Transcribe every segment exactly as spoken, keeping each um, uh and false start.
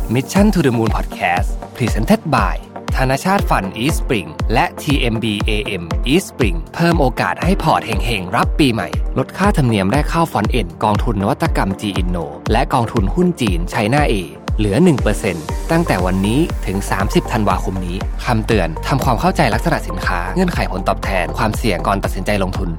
Mission to the Moon Podcast Presented by ธนชาติฟัน East Spring และ ที เอ็ม บี เอ เอ็ม East Spring เพิ่มโอกาสให้พอร์ตเฮงๆรับปีใหม่ลดค่าธรรมเนียมแรกเข้าฟอนต์เอ็นกองทุนนวัตกรรม G-Inno และกองทุนหุ้นจีน China A เหลือ หนึ่งเปอร์เซ็นต์ ตั้งแต่วันนี้ถึงสามสิบธันวาคมนี้คำเตือนทำความเข้าใจลักษณะสินค้าเงื่อนไขผลตอบแทนความเสี่ยงก่อนตัดสินใจลงทุน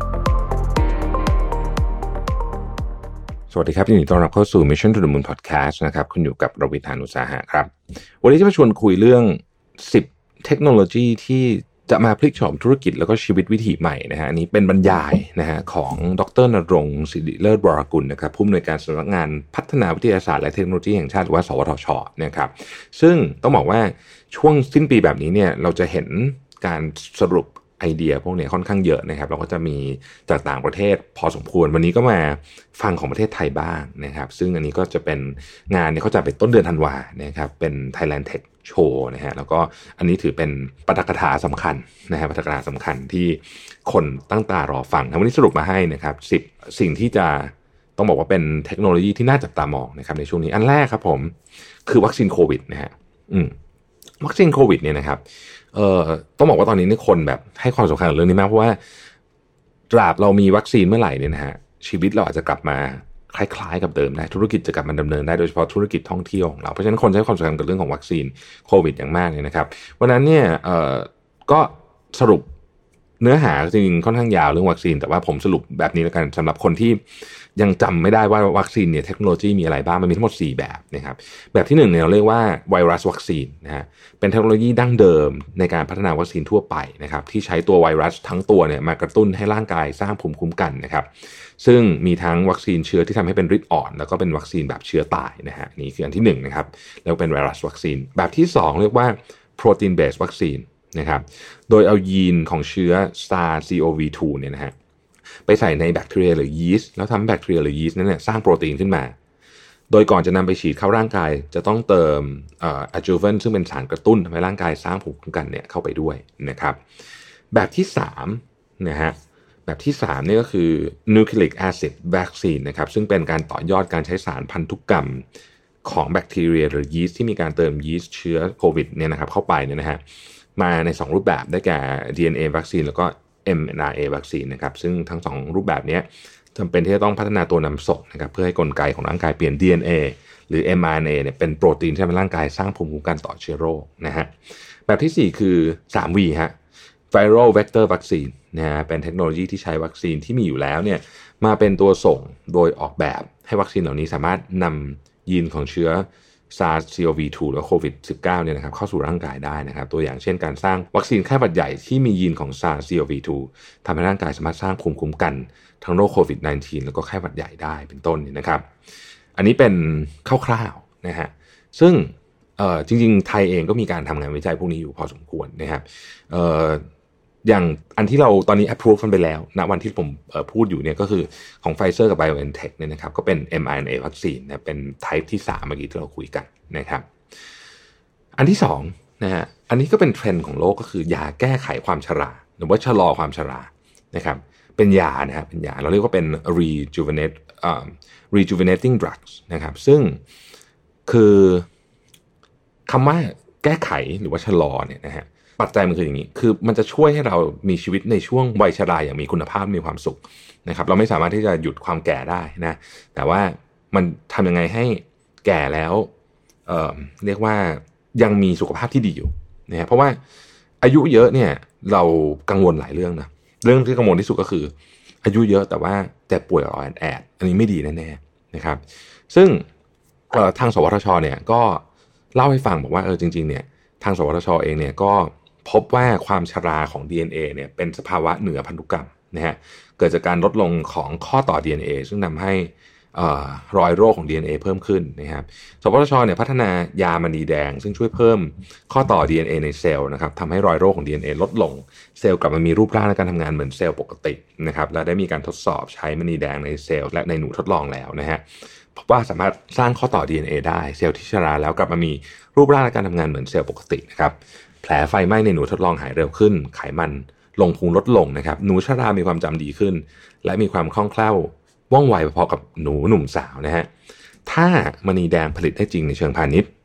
สวัสดีครับยินดีต้อนรับเข้าสู่ Mission to the Moon Podcast นะครับคุณอยู่กับรวิธานอุตสาหะครับวันนี้จะมาชวนคุยเรื่องสิบเทคโนโลยีที่จะมาพลิกโฉมธุรกิจแล้วก็ชีวิตวิถีใหม่นะฮะอันนี้เป็นบรรยายนะฮะของดร.ณรงค์ศิริเลิศวรกุลนะครับผู้อำนวยการสำนักงานพัฒนาวิทยาศาสตร์และเทคโนโลยีแห่งชาติหรือว่าสวทช.นะครับซึ่งต้องบอกว่าช่วงสิ้นปีแบบนี้เนี่ยเราจะเห็นการสรุปไอเดียพวกนี้ค่อนข้างเยอะนะครับเราก็จะมีจากต่างประเทศพอสมควรวันนี้ก็มาฟังของประเทศไทยบ้างนะครับซึ่งอันนี้ก็จะเป็นงานนี้เขาจะเป็นต้นเดือนธันวานะครับเป็น Thailand Tech Show นะฮะแล้วก็อันนี้ถือเป็นปาฐกถาสำคัญนะฮะปาฐกถาสำคัญที่คนตั้งตารอฟังวันนี้สรุปมาให้นะครับสิบสิ่งที่จะต้องบอกว่าเป็นเทคโนโลยีที่น่าจับตามองนะครับในช่วงนี้อันแรกครับผมคือวัคซีนโควิดนะฮะอืมวัคซีนโควิดเนี่ยนะครับเอ่อต้องบอกว่าตอนนี้นี่คนแบบให้ความสำคัญกับเรื่องนี้มากเพราะว่าตราบเรามีวัคซีนเมื่อไหร่เนี่ยนะฮะชีวิตเราอาจจะกลับมาคล้ายๆกับเดิมได้ธุรกิจจะกลับมาดำเนินได้โดยเฉพาะธุรกิจท่องเที่ยวของเราเพราะฉะนั้นคนให้ความสำคัญกับเรื่องของวัคซีนโควิดอย่างมากเลยนะครับวันนั้นเนี่ยเอ่อก็สรุปเนื้อหาจริงๆค่อนข้างยาวเรื่องวัคซีนแต่ว่าผมสรุปแบบนี้แล้วกันสำหรับคนที่ยังจำไม่ได้ว่าวัคซีนเนี่ยเทคโนโลยีมีอะไรบ้างมันมีทั้งหมดสี่แบบนะครับแบบที่หนึ่งเนี่ยเราเรียกว่าไวรัสวัคซีนนะฮะเป็นเทคโนโลยีดั้งเดิมในการพัฒนาวัคซีนทั่วไปนะครับที่ใช้ตัวไวรัสทั้งตัวเนี่ยมากระตุ้นให้ร่างกายสร้างภูมิคุ้มกันนะครับซึ่งมีทั้งวัคซีนเชื้อที่ทำให้เป็นฤทธิ์อ่อนแล้วก็เป็นวัคซีนแบบเชื้อตายนะฮะนี่คืออันที่หนึ่งนะครับแล้วเป็นไวรัสวัคซีนแบบที่สองเรียกว่า protein based วัคซีนนะครับโดยเอายีนของเชื้อ SARS-ซี โอ วี ทู เนี่ยนะฮะไปใส่ในแบคทีเรียหรือยีสต์แล้วทำให้แบคทีเรียหรือยีสต์นั้นเนี่ยสร้างโปรตีนขึ้นมาโดยก่อนจะนำไปฉีดเข้าร่างกายจะต้องเติมเอ่อ adjuvant ซึ่งเป็นสารกระตุ้นทำให้ร่างกายสร้างภูมิคุ้มกันเนี่ยเข้าไปด้วยนะครับแบบที่สามนะฮะแบบที่สามนี่ก็คือ nucleic acid vaccine นะครับซึ่งเป็นการต่อยอดการใช้สารพันธุกรรมของแบคทีเรียหรือยีสต์ที่มีการเติมยีสต์เชื้อโควิดเนี่ยนะครับเข้าไปเนี่ยนะฮะมาในสองรูปแบบได้แก่ ดี เอ็น เอ วัคซีนแล้วก็ เอ็ม อาร์ เอ็น เอ วัคซีนนะครับซึ่งทั้งสองรูปแบบนี้จำเป็นที่จะต้องพัฒนาตัวนำส่งนะครับเพื่อให้กลไกของร่างกายเปลี่ยน ดี เอ็น เอ หรือ เอ็ม อาร์ เอ็น เอ เนี่ยเป็นโปรตีนที่ทำให้ร่างกายสร้างภูมิคุ้มกันต่อเชื้อโรคนะฮะแบบที่สี่คือ ทรี วี ฮะ Viral Vector Vaccine นะฮะเป็นเทคโนโลยีที่ใช้วัคซีนที่มีอยู่แล้วเนี่ยมาเป็นตัวส่งโดยออกแบบให้วัคซีนเหล่านี้สามารถนำยีนของเชื้อSARS-ซี โอ วี ทู หรือโควิด สิบเก้า เนี่ยนะครับเข้าสู่ร่างกายได้นะครับตัวอย่างเช่นการสร้างวัคซีนไข้หวัดใหญ่ที่มียีนของ SARS-ซี โอ วี ทู ทำให้ร่างกายสามารถสร้างภูมิคุ้มกันทั้งโรคโควิด สิบเก้า แล้วก็ไข้หวัดใหญ่ได้เป็นต้นนี่นะครับอันนี้เป็นคร่าวๆนะฮะซึ่งเอ่อจริงๆไทยเองก็มีการทำงานวิจัยพวกนี้อยู่พอสมควรนะครับเอ่ออย่างอันที่เราตอนนี้ approve กันไปแล้วณวันที่ผมเอ่อพูดอยู่เนี่ยก็คือของ Pfizer กับ BioNTech เนี่ยนะครับก็เป็น เอ็ม อาร์ เอ็น เอ วัคซีนนะเป็น type ที่สามเมื่อกี้ที่เราคุยกันนะครับอันที่สองนะฮะอันนี้ก็เป็นเทรนด์ของโลกก็คือยาแก้ไขความชราหรือว่าชะลอความชรานะครับเป็นยานะฮะเป็นยาเราเรียกว่าเป็น rejuvenate uh, rejuvenating drugs นะครับซึ่งคือคำว่าแก้ไขหรือว่าชะลอเนี่ยนะฮะปัจจัยมันคืออย่างนี้คือมันจะช่วยให้เรามีชีวิตในช่วงวัยชราอย่างมีคุณภาพมีความสุขนะครับเราไม่สามารถที่จะหยุดความแก่ได้นะแต่ว่ามันทำยังไงให้แก่แล้วเอ่อเรียกว่ายังมีสุขภาพที่ดีอยู่นะเพราะว่าอายุเยอะเนี่ยเรากังวลหลายเรื่องนะเรื่องที่กังวลที่สุดก็คืออายุเยอะแต่ว่าแต่ป่วยอ่อนแอดอันนี้ไม่ดีแน่ๆนะครับซึ่งทางสวทช.เนี่ยก็เล่าให้ฟังบอกว่าเออจริงๆเนี่ยทางสวทช.เองเนี่ยก็พบว่าความชราของ ดี เอ็น เอ เนี่ยเป็นสภาวะเหนือพันธุกรรมนะฮะเกิดจากการลดลงของข้อต่อ ดี เอ็น เอ ซึ่งทำให้รอยโรคของ ดี เอ็น เอ เพิ่มขึ้นนะครับสวทช.เนี่ยพัฒนายามณีแดงซึ่งช่วยเพิ่มข้อต่อ ดี เอ็น เอ ในเซลล์นะครับทำให้รอยโรคของ ดี เอ็น เอ ลดลงเซลล์กลับมามีรูปร่างในการทำงานเหมือนเซลล์ปกตินะครับและได้มีการทดสอบใช้มณีแดงในเซลล์และในหนูทดลองแล้วนะฮะพบว่าสามารถสร้างข้อต่อ ดี เอ็น เอ ได้เซลล์ที่ชราแล้วกลับมามีรูปร่างในการทำงานเหมือนเซลล์ปกตินะครับแผลไฟไหม้ในหนูทดลองหายเร็วขึ้นไขมันลงพุงลดลงนะครับหนูชรามีความจำดีขึ้นและมีความคล่องแคล่วว่องไวพอๆกับหนูหนุ่มสาวนะฮะถ้ามณีแดงผลิตได้จริงในเชิงพาณิชย์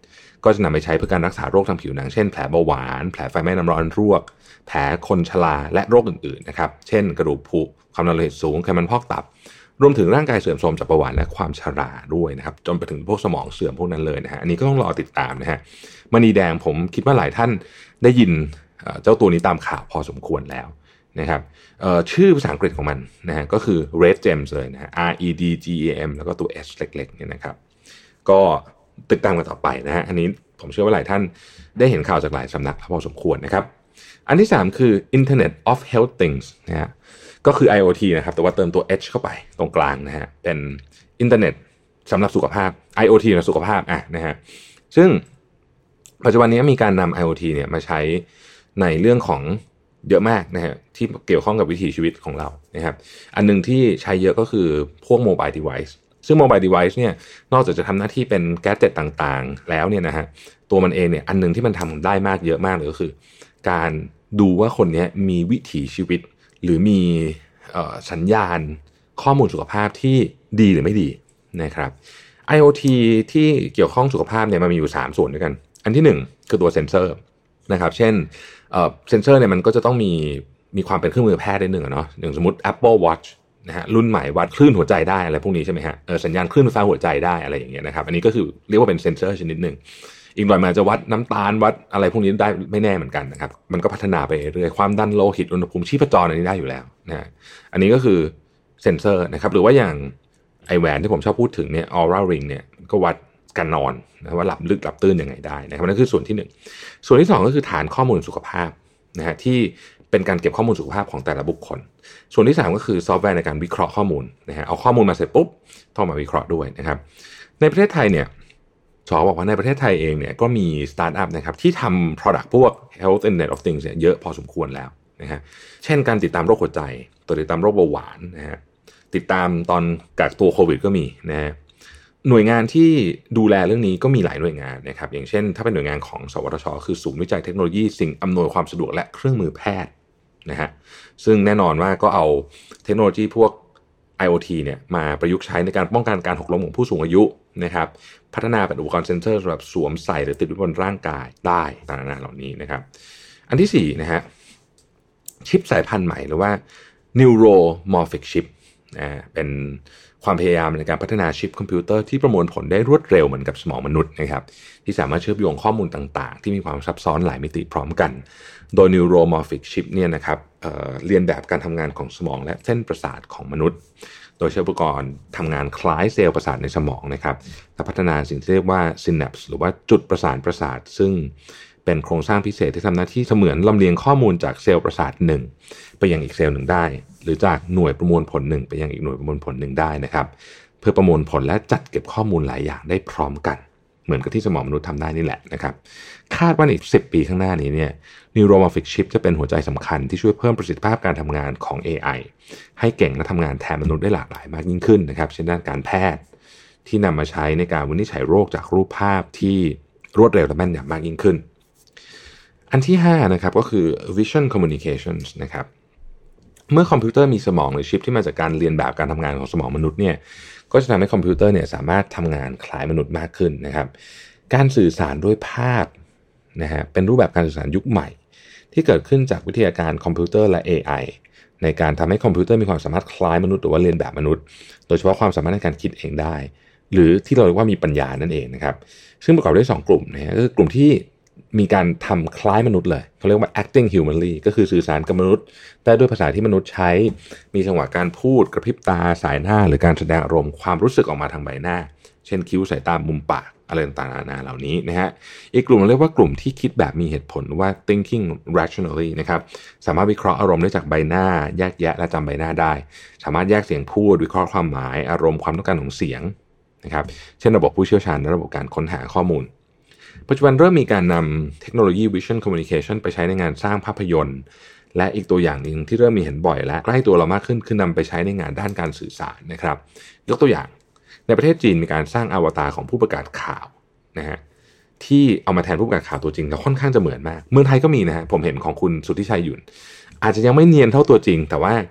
ก็จะนำไปใช้เพื่อการรักษาโรคทางผิวหนังเช่นแผลเบาหวานแผลไฟไหม้น้ำร้อนรวกแผลคนชราและโรคอื่นๆนะครับเช่นกระดูกผุความดันโลหิตสูงไขมันพอกตับรวมถึงร่างกายเสื่อมโทรมจากเบาหวานและความชราด้วยนะครับจนไปถึงพวกสมองเสื่อมพวกนั้นเลยนะฮะอันนี้ก็ต้องรอติดตามนะฮะมณีแดงผมคิดว่าหลายท่านได้ยินเจ้าตัวนี้ตามข่าวพอสมควรแล้วนะครับชื่อภาษาอังกฤษของมันนะฮะก็คือ Red Gems เลยนะฮะ R E D G E M แล้วก็ตัว S เล็กๆเนี่ยนะครับก็ติดตามกันต่อไปนะฮะอันนี้ผมเชื่อว่าหลายท่านได้เห็นข่าวจากหลายสำนักพอสมควรนะครับอันที่สามคือ Internet of Health Things นะฮะก็คือ IoT นะครับแต่ว่าเติมตัว H เข้าไปตรงกลางนะฮะเป็นอินเทอร์เน็ตสำหรับสุขภาพ IoT สำหรับสุขภาพอ่ะนะฮะซึ่งปัจจุบันนี้มีการนำ IoT เนี่ยมาใช้ในเรื่องของเยอะมากนะฮะที่เกี่ยวข้องกับวิถีชีวิตของเรานะครับอันนึงที่ใช้เยอะก็คือพวก Mobile Device ซึ่ง Mobile Device เนี่ยนอกจากจะทำหน้าที่เป็นแกดเจ็ตต่างๆแล้วเนี่ยนะฮะตัวมันเองเนี่ยอันนึงที่มันทำได้มากเยอะมากเลยก็คือการดูว่าคนนี้มีวิถีชีวิตหรือมีสัญญาณข้อมูลสุขภาพที่ดีหรือไม่ดีนะครับ IoT ที่เกี่ยวข้องสุขภาพเนี่ยมันมีอยู่สามส่วนด้วยกันอันที่หนึ่งคือตัวเซ็นเซอร์นะครับเช่นเอ่อเซ็นเซอร์เนี่ยมันก็จะต้องมีมีความเป็นเครื่องมือแพทย์ได้หนึ่งอ่ะเนาะอย่างสมมุติ Apple Watch นะฮะรุ่นใหม่วัดคลื่นหัวใจได้อะไรพวกนี้ใช่ไหมฮะเออสัญญาณคลื่นไฟฟ้าหัวใจได้อะไรอย่างเงี้ยนะครับอันนี้ก็คือเรียกว่าเป็นเซ็นเซอร์ชนิดหนึ่งอีกหน่อยมันจะวัดน้ำตาลวัดอะไรพวกนี้ได้ไม่แน่เหมือนกันนะครับมันก็พัฒนาไปเรื่อยความดันโลหิตอุณหภูมิชีพจรอันนี้ได้อยู่แล้วนะอันนี้ก็คือเซ็นเซอร์นะครับหรือว่าอย่างไอแหวนที่ผมชอบพูดถึงเนี่ย Oura Ring เนี่ยก็วัดการนอนนะว่าหลับลึกหลับตื่นยังไงได้นะครับนั่นคือส่วนที่หนึ่งส่วนที่สองก็คือฐานข้อมูลสุขภาพนะฮะที่เป็นการเก็บข้อมูลสุขภาพของแต่ละบุคคลส่วนที่สามก็คือซอฟต์แวร์ในการวิเคราะห์ข้อมูลนะฮะเอาข้อมูลมาเสร็จปุ๊บต้องมาวิเคราะห์ด้วยนะครับในประเทศไทยเนี่ยชอบอกว่าในประเทศไทยเองเนี่ยก็มีสตาร์ทอัพนะครับที่ทำ product พวก Health Internet of Things เนี่ยเยอะพอสมควรแล้วนะฮะเช่นการติดตามโรคหัวใจตัวติดตามโรคเบาหวานนะฮะติดตามตอนกักตัวโควิดก็มีนะฮะหน่วยงานที่ดูแลเรื่องนี้ก็มีหลายหน่วยงานนะครับอย่างเช่นถ้าเป็นหน่วยงานของสวทช.คือศูนย์วิจัยเทคโนโลยีสิ่งอำนวยความสะดวกและเครื่องมือแพทย์นะฮะซึ่งแน่นอนว่าก็เอาเทคโนโลยีพวก IoT เนี่ยมาประยุกต์ใช้ในการป้องกันการหกล้มของผู้สูงอายุนะครับพัฒนาเป็นอุปกรณ์เซ็นเซอร์สำหรับสวมใส่หรือติดไว้บนร่างกายได้ต่างๆเหล่านี้นะครับอันที่สี่นะฮะชิปสายพันธุ์ใหม่หรือว่า Neuromorphic Chip นะเป็นความพยายามในการพัฒนาชิปคอมพิวเตอร์ที่ประมวลผลได้รวดเร็วเหมือนกับสมองมนุษย์นะครับที่สามารถเชื่อมโยงข้อมูลต่างๆที่มีความซับซ้อนหลายมิติพร้อมกันโดย Neuromorphic Chip เนี่ยนะครับ เอ่อ เรียนแบบการทำงานของสมองและเส้นประสาทของมนุษย์โดยใช้อุปกรณ์ทำงานคล้ายเซลล์ประสาทในสมองนะครับและพัฒนาสิ่งที่เรียกว่า synapse หรือว่าจุดประสานประสาทซึ่งเป็นโครงสร้างพิเศษที่ทำหน้าที่เสมือนลำเลียงข้อมูลจากเซลล์ประสาทหนึ่งไปยังอีกเซลล์หนึ่งได้หรือจากหน่วยประมวลผลหนึ่งไปยังอีกหน่วยประมวลผลหนึ่งได้นะครับเพื่อประมวลผลและจัดเก็บข้อมูลหลายอย่างได้พร้อมกันเหมือนกับที่สมองมนุษย์ทำได้นี่แหละนะครับคาดว่าอีกสิบปีข้างหน้านี้เนี่ย Neuromorphic Chip จะเป็นหัวใจสำคัญที่ช่วยเพิ่มประสิทธิภาพการทำงานของ เอ ไอ ให้เก่งและทำงานแทนมนุษย์ได้หลากหลายมากยิ่งขึ้นนะครับเช่นด้านการแพทย์ที่นำมาใช้ในการวินิจฉัยโรคจากรูปภาพที่รวดเร็วและแม่นยำมากยิ่งขึ้นอันที่ห้านะครับก็คือ Vision Communications นะครับเมื่อคอมพิวเตอร์มีสมองหรือชิปที่มาจากการเรียนแบบการทำงานของสมองมนุษย์เนี่ยก็จะทำให้คอมพิวเตอร์เนี่ยสามารถทำงานคล้ายมนุษย์มากขึ้นนะครับการสื่อสารด้วยภาพนะฮะเป็นรูปแบบการสื่อสารยุคใหม่ที่เกิดขึ้นจากวิทยาการคอมพิวเตอร์และ เอ ไอ ในการทำให้คอมพิวเตอร์มีความสามารถคล้ายมนุษย์หรือว่าเรียนแบบมนุษย์โดยเฉพาะความสามารถในการคิดเองได้หรือที่เราเรียกว่ามีปัญญานั่นเองนะครับซึ่งประกอบด้วยสองกลุ่มนะฮะก็คือกลุ่มที่มีการทำคล้ายมนุษย์เลยเขาเรียกว่า acting humanly ก็คือสื่อสารกับมนุษย์ได้ด้วยภาษาที่มนุษย์ใช้มีจังหวะการพูดกระพริบตาสายหน้าหรือการแสดงอารมณ์ความรู้สึกออกมาทางใบหน้าเช่นคิ้วสายตามุมปากอะไรต่างๆนานาเหล่านี้นะฮะอีกกลุ่มเรียกว่ากลุ่มที่คิดแบบมีเหตุผลว่า thinking rationally นะครับสามารถวิเคราะห์อารมณ์ได้จากใบหน้าแยกแยะและจำใบหน้าได้สามารถแยกเสียงพูดวิเคราะห์ความหมายอารมณ์ความต้องการของเสียงนะครับเช่นระบบผู้เชี่ยวชาญในระบบการค้นหาข้อมูลปัจจุบันเริ่มมีการนำเทคโนโลยี Vision Communication ไปใช้ในงานสร้างภาพยนตร์และอีกตัวอย่างนึงที่เริ่มมีเห็นบ่อยและใกล้ตัวเรามากขึ้นคือนำไปใช้ในงานด้านการสื่อสารนะครับยกตัวอย่างในประเทศจีนมีการสร้างอวตารของผู้ประกาศข่าวนะฮะที่เอามาแทนผู้ประกาศข่าวตัวจริงแล้วค่อนข้างจะเหมือนมากเมืองไทยก็มีนะฮะผมเห็นของคุณสุทธิชัยหยุ่นอาจจะยังไม่เนียนเท่าตัวจริงแต่ว่า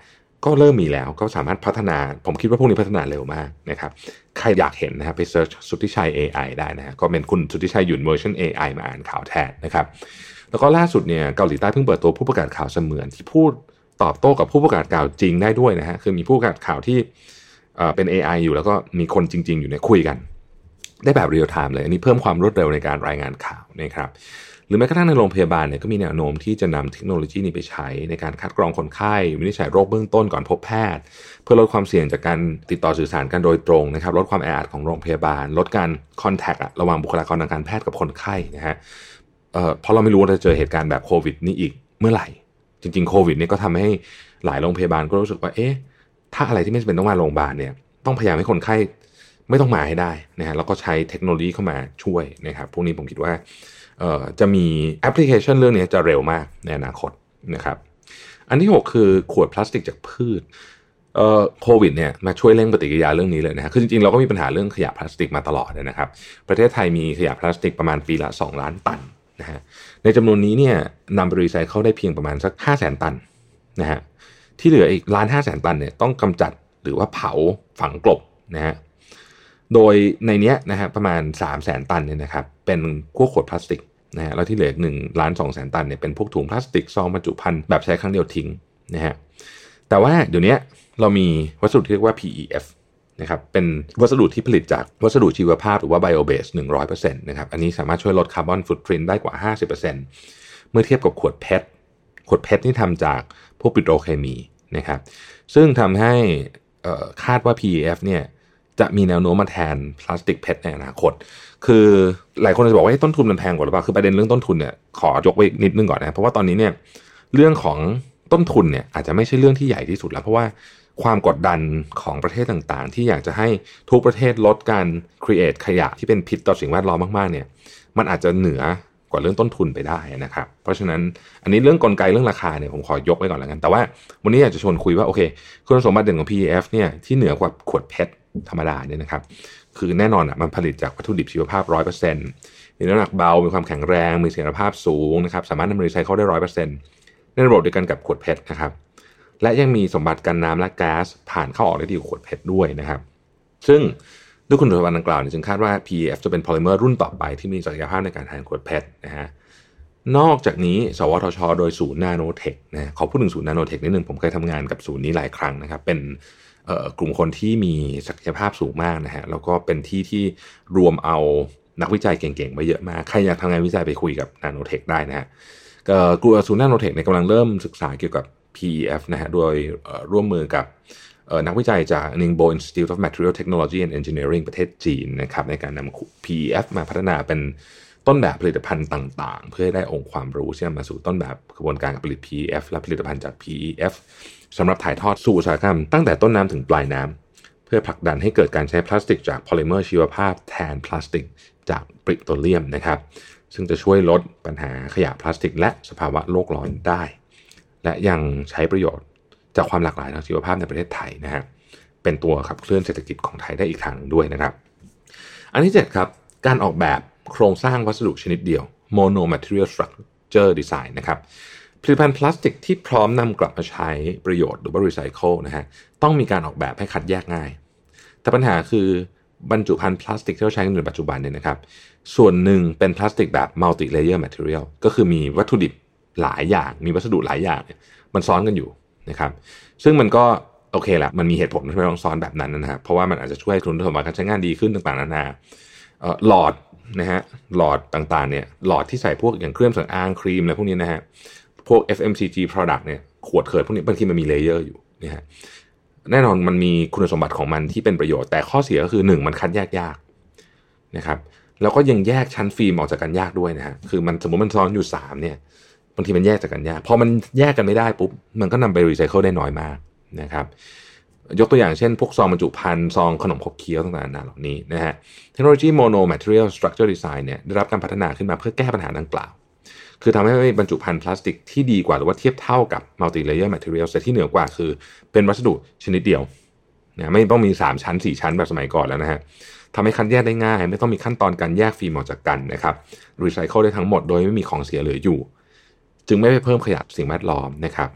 ก็เริ่มมีแล้วก็สามารถพัฒนาผมคิดว่าพวกนี้พัฒนาเร็วมากนะครับใครอยากเห็นนะครับไปเซิร์ชสุทธิชัย เอ ไอ ได้นะฮะก็เป็นคุณสุทธิชัยหยุ่นเวอร์ชัน เอ ไอ มาอ่านข่าวแทนนะครับแล้วก็ล่าสุดเนี่ยเกาหลีใต้เพิ่งเปิดตัวผู้ประกาศข่าวเสมือนที่พูดตอบโต้กับผู้ประกาศข่าวจริงได้ด้วยนะฮะคือมีผู้ประกาศข่าวที่เอ่อเป็น เอ ไอ อยู่แล้วก็มีคนจริงๆอยู่ในคุยกันได้แบบเรียลไทม์เลยอันนี้เพิ่มความรวดเร็วในการรายงานข่าวนะครับหรือแม้กระทั่งในโรงพยาบาลเนี่ยก็มีแนวโน้มที่จะนำเทคโนโลยีนี้ไปใช้ในการคัดกรองคนไข้วินิจฉัยโรคเบื้องต้นก่อนพบแพทย์เพื่อลดความเสี่ยงจากการติดต่อสื่อสารกันโดยตรงนะครับลดความแออัดของโรงพยาบาลลดการคอนแทคระหว่างบุคลากรทางการแพทย์กับคนไข้นะฮะเอ่อเพราะเราไม่รู้ว่าจะเจอเหตุการณ์แบบโควิดนี้อีกเมื่อไหร่จริงๆโควิดนี่ก็ทำให้หลายโรงพยาบาลก็รู้สึกว่าเอ๊ะถ้าอะไรที่ไม่จำเป็นต้องมาโรงพยาบาลเนี่ยต้องพยายามให้คนไข้ไม่ต้องมาให้ได้นะฮะแล้วก็ใช้เทคโนโลยีเข้ามาช่วยนะครับพวกนี้ผมคิดว่าเอ่อจะมีแอปพลิเคชันเรื่องนี้จะเร็วมากในอนาคตนะครับอันที่หกคือขวดพลาสติกจากพืชเอ่อโควิดเนี่ยมาช่วยเร่งปฏิกิริยาเรื่องนี้เลยนะฮะคือจริงๆเราก็มีปัญหาเรื่องขยะพลาสติกมาตลอดนะครับประเทศไทยมีขยะพลาสติกประมาณปีละสองล้านตันนะฮะในจำนวนนี้เนี่ยนำไปรีไซเคิลได้เพียงประมาณสัก ห้าแสน ตันนะฮะที่เหลืออีกล้านห้าแสนตันเนี่ยต้องกำจัดหรือว่าเผาฝังกลบนะฮะโดยในเนี้ยนะฮะประมาณ สามแสน ตันเนี่ยนะครับเป็นพวกขวดพลาสติกนะฮะแล้วที่เหลืออีกหนึ่งล้านสองแสนตันเนี่ยเป็นพวกถุงพลาสติกซองบรรจุภัณฑ์แบบใช้ครั้งเดียวทิ้งนะฮะแต่ว่าเดี๋ยวนี้เรามีวัสดุที่เรียกว่า พี อี เอฟ นะครับเป็นวัสดุที่ผลิตจากวัสดุชีวภาพหรือว่า bio base หนึ่งร้อยเปอร์เซ็นต์ นะครับอันนี้สามารถช่วยลดคาร์บอนฟุตพริ้นท์ได้กว่า ห้าสิบเปอร์เซ็นต์ เมื่อเทียบกับขวดเพชรขวดเพชรนี่ทำจากพวกปิโตรเคมีนะครับซึ่งทำให้คาดว่า พี อี เอฟ เนี่ยจะมีแนวโน้มมาแทนพลาสติกเพชรในอนาคตคือหลายคนจะบอกว่าต้นทุนมันแพงกว่าหรือเปล่าคือประเด็นเรื่องต้นทุนเนี่ยขอยกไว้นิดนึงก่อนนะเพราะว่าตอนนี้เนี่ยเรื่องของต้นทุนเนี่ยอาจจะไม่ใช่เรื่องที่ใหญ่ที่สุดแล้วเพราะว่าความกดดันของประเทศต่างๆที่อยากจะให้ทุกประเทศลดการ create ขยะที่เป็นพิษต่อสิ่งแวดล้อมมากๆเนี่ยมันอาจจะเหนือกว่าเรื่องต้นทุนไปได้นะครับเพราะฉะนั้นอันนี้เรื่องกลไกเรื่องราคาเนี่ยผมขอยกไว้ก่อนแล้วกันแต่ว่าวันนี้อยากจะชวนคุยว่าโอเคคุณสมบัติเด่นของ พี อี เอฟ เนี่ยที่เหนือกว่าขวดเพชรธรรมดาเนี่ยนะครับคือแน่นอนอ่ะมันผลิตจากวัตถุดิบชีวภาพ ร้อยเปอร์เซ็นต์ มีน้ำหนักเบามีความแข็งแรงมีเสถียรภาพสูงนะครับสามารถนำมารีไซเคิลได้ ร้อยเปอร์เซ็นต์ ในระบบเดียวกันกับขวดเพชรนะครับและยังมีสมบัติกันน้ำและแก๊สผ่านเข้าออกได้ดีกว่าขวดเพชรด้วยนะครับซึ่งด้วยคุณสมบัติดังกล่าวจึงคาดว่า พี อี เอฟ จะเป็นโพลิเมอร์รุ่นต่อไปที่มีศักยภาพในการแทนขวดเพชรนะฮะนอกจากนี้สวทช.โดยศูนย์นาโนเทคนะขอพูดถึงศูนย์นาโนเทคนิดนึงผมเคยทำงานกับศูนย์นี้หลายครั้งนะครับเป็นกลุ่มคนที่มีศักยภาพสูงมากนะฮะแล้วก็เป็นที่ที่รวมเอานักวิจัยเก่งๆไว้เยอะมากใครอยากทำงานวิจัยไปคุยกับนาโนเทคได้นะฮะกลุ่มศูนย์นาโนเทคเนี่ยกำลังเริ่มศึกษาเกี่ยวกับ พี อี เอฟ นะฮะโดยร่วมมือกับนักวิจัยจาก Ningbo Institute of Material Technology and Engineering ประเทศจีนนะครับในการนำ พี อี เอฟ มาพัฒนาเป็นต้นแบบผลิตภัณฑ์ต่างๆเพื่อให้ได้องค์ความรู้ที่นำมาสู่ต้นแบบกระบวนการผลิต พี อี เอฟ และผลิตภัณฑ์จาก พี อี เอฟ สำหรับถ่ายทอดสู่อุตสาหกรรมตั้งแต่ต้นน้ำถึงปลายน้ำเพื่อผลักดันให้เกิดการใช้พลาสติกจากโพลิเมอร์ชีวภาพแทนพลาสติกจากปิโตรเลียมนะครับซึ่งจะช่วยลดปัญหาขยะพลาสติกและสภาวะโลกร้อนได้และยังใช้ประโยชน์จากความหลากหลายทางชีวภาพในประเทศไทยนะฮะเป็นตัวขับเคลื่อนเศรษฐกิจของไทยได้อีกทางนึงด้วยนะครับอันที่เจ็ดครับการออกแบบโครงสร้างวัสดุชนิดเดียว Mono Material Structure Design นะครับผลิตภัณฑ์พลาสติกที่พร้อมนำกลับมาใช้ประโยชน์หรือว่ารีไซเคิลนะฮะต้องมีการออกแบบให้คัดแยกง่ายแต่ปัญหาคือบรรจุภัณฑ์พลาสติกที่เราใช้กันในปัจจุบันเนี่ยนะครับส่วนหนึ่งเป็นพลาสติกแบบ multi layer material ก็คือมีวัตถุดิบหลายอย่างมีวัสดุหลายอย่างมันซ้อนกันอยู่นะครับซึ่งมันก็โอเคแหละมันมีเหตุผลที่ต้องซ้อนแบบนั้นนะครับเพราะว่ามันอาจจะช่วยคุณสมบัติการใช้งานดีขึ้นต่างๆนานาเอ่อหลอดนะฮะหลอดต่างๆเนี่ยหลอดที่ใส่พวกอย่างเครื่องสำอางครีมอะไรพวกนี้นะฮะพวก เอฟ เอ็ม ซี จี product เนี่ยขวดเขิดพวกนี้บางทีมันมีเลเยอร์อยู่นะฮะแน่นอนมันมีคุณสมบัติของมันที่เป็นประโยชน์แต่ข้อเสียก็คือหนึ่งมันคัดแยกยากนะครับแล้วก็ยังแยกชั้นฟิล์มออกจากกันยากด้วยนะฮะคือมันสมมติมันซ้อนอยู่สามเนี่ยบางทีมันแยกจากกันยากพอมันแยกกันไม่ได้ปุ๊บมันก็นำไปรีไซเคิลได้น้อยมากนะครับยกตัวอย่างเช่นพวกซองบรรจุภัณฑ์ซองขนมขบเคี้ยวต่างๆนานาเหล่านี้นะฮะเทคโนโลยี Mono Material Structure Design เนี่ยได้รับการพัฒนาขึ้นมาเพื่อแก้ปัญหาดังกล่าวคือทำให้บรรจุภัณฑ์พลาสติกที่ดีกว่าหรือว่าเทียบเท่ากับ Multi Layer Material แต่ที่เหนือกว่าคือเป็นวัสดุชนิดเดียวนะไม่ต้องมีสามชั้นสี่ชั้นแบบสมัยก่อนแล้วนะฮะทำให้คัดแยกได้ง่ายไม่ต้องมีขั้นตอนการแยกฟิล์มออกจากกันนะครับรีไซเคิลได้ทั้งหมดโดยไม่มีของเสียเหลืออยู่จึงไม่ไปเพิ่มขยะสิ่งแวดล้อมนะครับ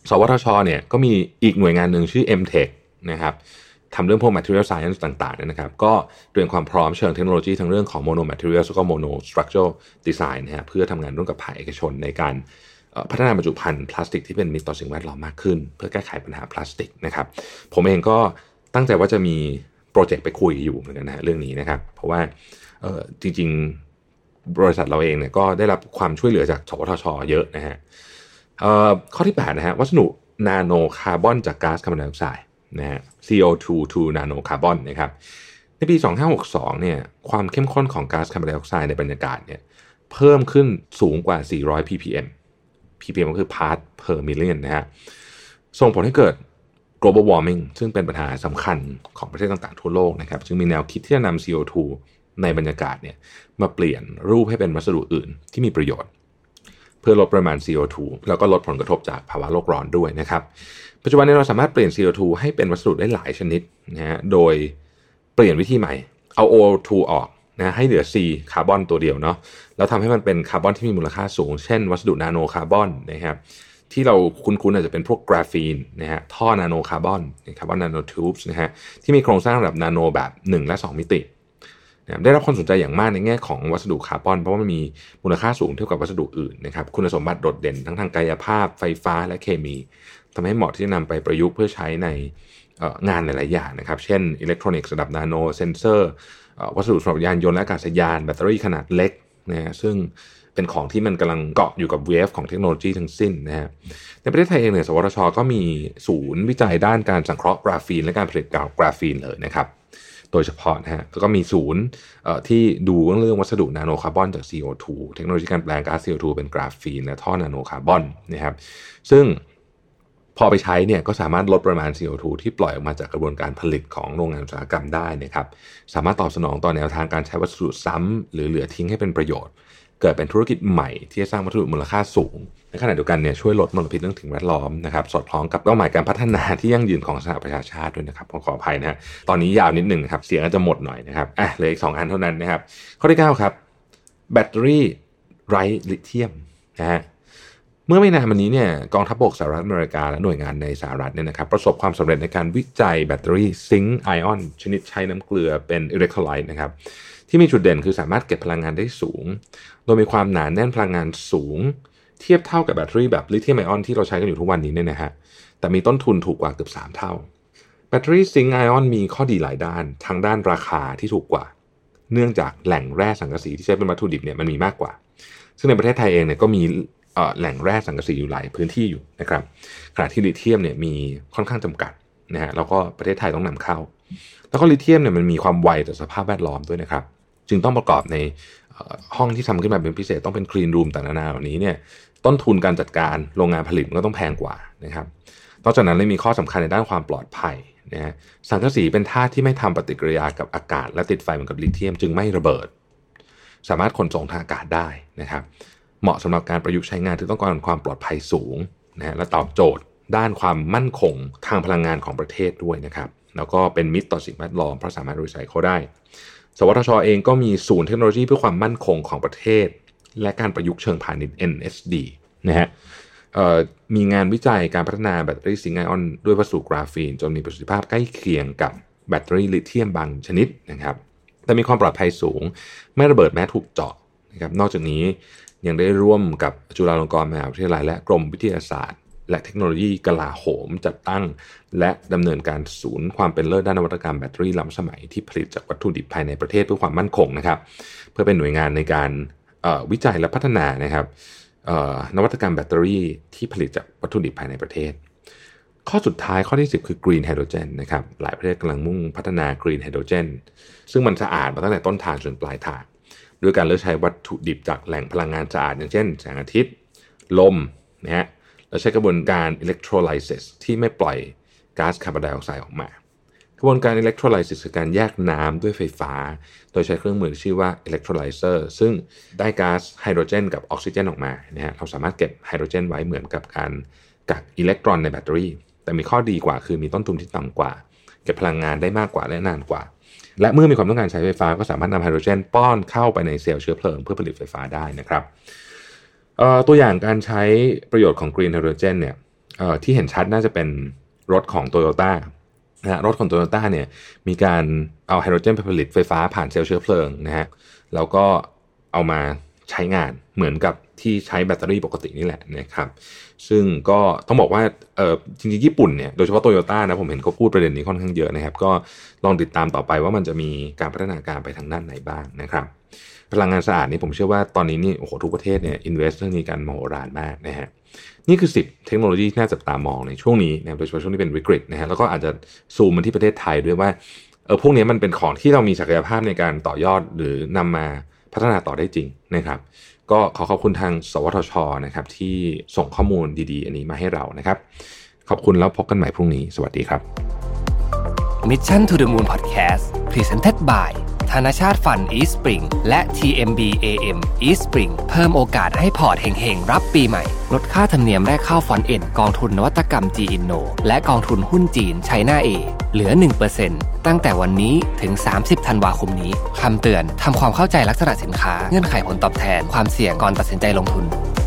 สวทช.เนี่ยก็มีอีกหน่วยงานหนึ่งชื่อ เอ็ม เทค นะครับทำเรื่องพวก material science ต่างๆเนี่ยนะครับก็เตรียมความพร้อมเชิงเทคโนโลยีทั้งเรื่องของ mono materials แล้วก็ mono structural design นะฮะเพื่อทำงานร่วมกับภาคเอกชนในการพัฒนาบรรจุภัณฑ์พลาสติกที่เป็นมิตรต่อสิ่งแวดล้อมมากขึ้นเพื่อแก้ไขปัญหาพลาสติกนะครับผมเองก็ตั้งใจว่าจะมีโปรเจกต์ไปคุยอยู่เหมือนกันนะฮะเรื่องนี้นะครับเพราะว่าเอ่อจริงๆบริษัทเราเองเนี่ยก็ได้รับความช่วยเหลือจากสวทช.เยอะนะฮะเอ่อข้อที่แปดนะฮะวัสดุนาโนคาร์บอนจากก๊าซคาร์บอนไดออกไซด์นะฮะ ซี โอ ทู to nano carbon นะครับในปีสองพันห้าร้อยหกสิบสองเนี่ยความเข้มข้นของก๊าซคาร์บอนไดออกไซด์ในบรรยากาศเนี่ยเพิ่มขึ้นสูงกว่าสี่ร้อย พี พี เอ็ม พี พี เอ็ม ก็คือ part per million นะฮะส่งผลให้เกิด global warming ซึ่งเป็นปัญหาสำคัญของประเทศต่างๆทั่วโลกนะครับจึงมีแนวคิดที่จะนำ ซี โอ ทู ในบรรยากาศเนี่ยมาเปลี่ยนรูปให้เป็นวัสดุอื่นที่มีประโยชน์เพื่อลดปริมาณ ซี โอ ทู แล้วก็ลดผลกระทบจากภาวะโลกร้อนด้วยนะครับปัจจุบันนี้เราสามารถเปลี่ยน ซี โอ ทู ให้เป็นวัสดุได้หลายชนิดนะฮะโดยเปลี่ยนวิธีใหม่เอา โอ ทู ออกนะให้เหลือ C คาร์บอนตัวเดียวเนาะแล้วทำให้มันเป็นคาร์บอนที่มีมูลค่าสูงเช่นวัสดุนาโนคาร์บอนนะครับที่เราคุ้นๆอาจจะเป็นพวกกราฟีนนะฮะท่อนาโนคาร์บอนคาร์บอนนาโนทูบส์นะฮะที่มีโครงสร้างระดับนาโนแบบหนึ่งและสองมิติได้รับความสนใจอย่างมากในแง่ของวัสดุคาร์บอนเพราะว่ามันมีมูลค่าสูงเทียบกับวัสดุอื่นนะครับคุณสมบัติโดดเด่นทั้งทางกายภาพไฟฟ้าและเคมีทำให้เหมาะที่จะนำไปประยุกต์เพื่อใช้ในงานหลายๆอย่างนะครับเช่นอิเล็กทรอนิกส์ระดับนาโนเซนเซอร์วัสดุสำหรับยานยนต์และอากาศยานแบตเตอรี่ขนาดเล็กนะฮะซึ่งเป็นของที่มันกำลังเกาะอยู่กับเวฟของเทคโนโลยีทั้งสิ้นนะฮะในประเทศไทยเองเนี่ยสวทช.ก็มีศูนย์วิจัยด้านการสังเคราะห์กราฟีนและการผลิตกราฟีนเลยนะครับโดยเฉพาะนะฮะแล้วก็มีศูนย์ที่ดูเรื่องวัสดุนาโนคาร์บอนจาก ซี โอ ทู เทคโนโลยีการแปลงก๊าซ ซี โอ ทู เป็นกราฟีนและท่อนาโนคาร์บอนนะครับซึ่งพอไปใช้เนี่ยก็สามารถลดปริมาณ ซี โอ ทู ที่ปล่อยออกมาจากกระบวนการผลิตของโรงงานอุตสาหกรรมได้นะครับสามารถตอบสนองต่อแนวทางการใช้วัสดุซ้ำหรือเหลือทิ้งให้เป็นประโยชน์เกิดเป็นธุรกิจใหม่ที่จะสร้างวัสดุมูลค่าสูงในขณะเดียวกันเนี่ยช่วยลดมลพิษเรื่องสิ่งแวดล้อมนะครับสอดคล้องกับเป้าหมายการพัฒนาที่ยั่งยืนของสหประชาชาติด้วยนะครับขออภัยนะฮะตอนนี้ยาวนิดนึงครับเสียงอาจจะหมดหน่อยนะครับอ่ะเหลืออีกสองอันเท่านั้นนะครับข้อที่เก้าครับแบตเตอรี่ไร้ลิเธียมนะฮะเมื่อไม่นานมานี้เนี่ยกองทัพบกสหรัฐอเมริกาและหน่วยงานในสหรัฐเนี่ยนะครับประสบความสำเร็จในการวิจัยแบตเตอรี่ซิงค์ไอออนชนิดใช้น้ำเกลือเป็นอิเล็กโทรไลต์นะครับที่มีจุดเด่นคือสามารถเก็บพลังงานได้สูงโดยมีความหนาแน่นพลังงานสูงเทียบเท่ากับแบตเตอรี่แบบลิเธียมไอออนที่เราใช้กันอยู่ทุกวันนี้เนี่ยนะฮะแต่มีต้นทุนถูกกว่าเกือบสามเท่าแบตเตอรี่ซิงค์ไอออนมีข้อดีหลายด้านทั้งด้านราคาที่ถูกกว่าเนื่องจากแหล่งแร่สังกะสีที่ใช้เป็นวัตถุดิบเนี่ยมันมีมากกว่าซึ่งในประเทศไทยเองเนี่ยก็มีแหล่งแร่สังกะสีอยู่หลายพื้นที่อยู่นะครับขณะที่ลิเธียมเนี่ยมีค่อนข้างจำกัดนะฮะแล้วก็ประเทศไทยต้องนำเข้าแล้วก็ลิเธียมเนี่ยมันมีความไวต่อสภาพแวดล้อมด้วยนะครับจึงต้องประกอบในห้องที่ทำขึ้นมาเป็นพิเศษต้องเป็นคลีนรูมต่างๆนานาเหล่านี้เนี่ยต้นทุนการจัดการโรงงานผลิตมันก็ต้องแพงกว่านะครับนอกจากนั้นเลยมีข้อสำคัญในด้านความปลอดภัยนะฮะสังกะสีเป็นธาตุที่ไม่ทำปฏิกิริยากับอากาศและติดไฟเหมือนกับลิเธียมจึงไม่ระเบิดสามารถขนส่งทางอากาศได้นะครับเหมาะสำหรับการประยุกต์ใช้งานที่ต้องการความปลอดภัยสูงนะฮะและตอบโจทย์ด้านความมั่นคงทางพลังงานของประเทศด้วยนะครับแล้วก็เป็นมิตรต่อสิ่งแวดล้อมเพราะสามารถรีไซเคิลได้สวทช.เองก็มีศูนย์เทคโนโลยีเพื่อความมั่นคงของประเทศและการประยุกต์เชิงพาณิชย์ เอ็น เอส ดี นะฮะมีงานวิจัยการพัฒนาแบตเตอรี่ซิงค์ไอออนด้วยวัสดุกราฟีนจนมีประสิทธิภาพใกล้เคียงกับแบตเตอรี่ลิเธียมบางชนิดนะครับแต่มีความปลอดภัยสูงไม่ระเบิดแม้ถูกเจาะนะครับนอกจากนี้ยังได้ร่วมกับจุฬาลงกรณ์มหาวิทยาลัยและกรมวิทยาศาสตร์และเทคโนโลยีกลาโหมจัดตั้งและดำเนินการศูนย์ความเป็นเลิศด้านนวัตกรรมแบตเตอรี่ล้ำสมัยที่ผลิตจากวัตถุดิบภายในประเทศเพื่อความมั่นคงนะครับเพื่อเป็นหน่วยงานในการวิจัยและพัฒนานะครับนวัตกรรมแบตเตอรี่ที่ผลิตจากวัตถุดิบภายในประเทศข้อสุดท้ายข้อที่สิบคือ Green Hydrogen นะครับหลายประเทศกำลังมุ่งพัฒนา Green Hydrogen ซึ่งมันสะอาดมาตั้งแต่ต้นทางจนปลายทางด้วยการเลือกใช้วัตถุดิบจากแหล่งพลังงานสะอาดอย่างเช่นแสงอาทิตย์ลมนะฮะและใช้กระบวนการ electrolysis ที่ไม่ปล่อยก๊าซคาร์บอนไดออกไซด์ออกมากระบวนการ electrolysis คือการแยกน้ำด้วยไฟฟ้าโดยใช้เครื่องมือที่ชื่อว่า electrolyzer ซึ่งได้ก๊าซไฮโดรเจนกับออกซิเจนออกมานะฮะเราสามารถเก็บไฮโดรเจนไว้เหมือนกับการกักอิเล็กตรอนในแบตเตอรี่แต่มีข้อดีกว่าคือมีต้นทุนที่ต่ำกว่าเก็บพลังงานได้มากกว่าและนานกว่าและเมื่อมีความต้องการใช้ไฟฟ้าก็สามารถนำไฮโดรเจนป้อนเข้าไปในเซลล์เชื้อเพลิงเพื่อผลิตไฟฟ้าได้นะครับตัวอย่างการใช้ประโยชน์ของ Green Hydrogen เนี่ยเอ่อที่เห็นชัดน่าจะเป็นรถของ Toyota นะฮะรถของ Toyota เนี่ยมีการเอาไฮโดรเจนไปผลิตไฟฟ้าผ่านเซลล์เชื้อเพลิงนะฮะแล้วก็เอามาใช้งานเหมือนกับที่ใช้แบตเตอรี่ปกตินี่แหละนะครับซึ่งก็ต้องบอกว่าเออจริงๆญี่ปุ่นเนี่ยโดยเฉพาะ Toyota นะผมเห็นเขาพูดประเด็นนี้ค่อนข้างเยอะนะครับก็ลองติดตามต่อไปว่ามันจะมีการพัฒนาการไปทางด้านไหนบ้างนะครับพลังงานสะอาดนี่ผมเชื่อว่าตอนนี้นี่โอ้โหทุกประเทศเนี่ยอินเวสต์เรื่องนี้กันมโหฬารมากนะฮะนี่คือสิบเทคโนโลยีที่น่าจับตามองในช่วงนี้นะโดยเฉพาะช่วงที่เป็นวิกฤตนะฮะแล้วก็อาจจะซูมมาที่ประเทศไทยด้วยว่าเออพวกนี้มันเป็นของที่เรามีศักยภาพในการต่อยอดหรือนำมาพัฒนาต่อได้จริงนะครับก็ขอขอบคุณทางสวทช.นะครับที่ส่งข้อมูลดีๆอันนี้มาให้เรานะครับขอบคุณแล้วพบกันใหม่พรุ่งนี้สวัสดีครับ Mission to the Moon Podcast Presented by ธนชาติฟัน East Spring และ ที เอ็ม บี เอ เอ็ม East Spring เพิ่มโอกาสให้พอร์ตเฮงๆรับปีใหม่ลดค่าธรรมเนียมแรกเข้าฟอนต์เอ็นกองทุนนวัตกรรม G-Inno และกองทุนหุ้นจีน China A เหลือ หนึ่งเปอร์เซ็นต์ ตั้งแต่วันนี้ถึง สามสิบ ธันวาคมนี้คำเตือนทำความเข้าใจลักษณะสินค้าเงื่อนไขผลตอบแทนความเสี่ยงก่อนตัดสินใจลงทุน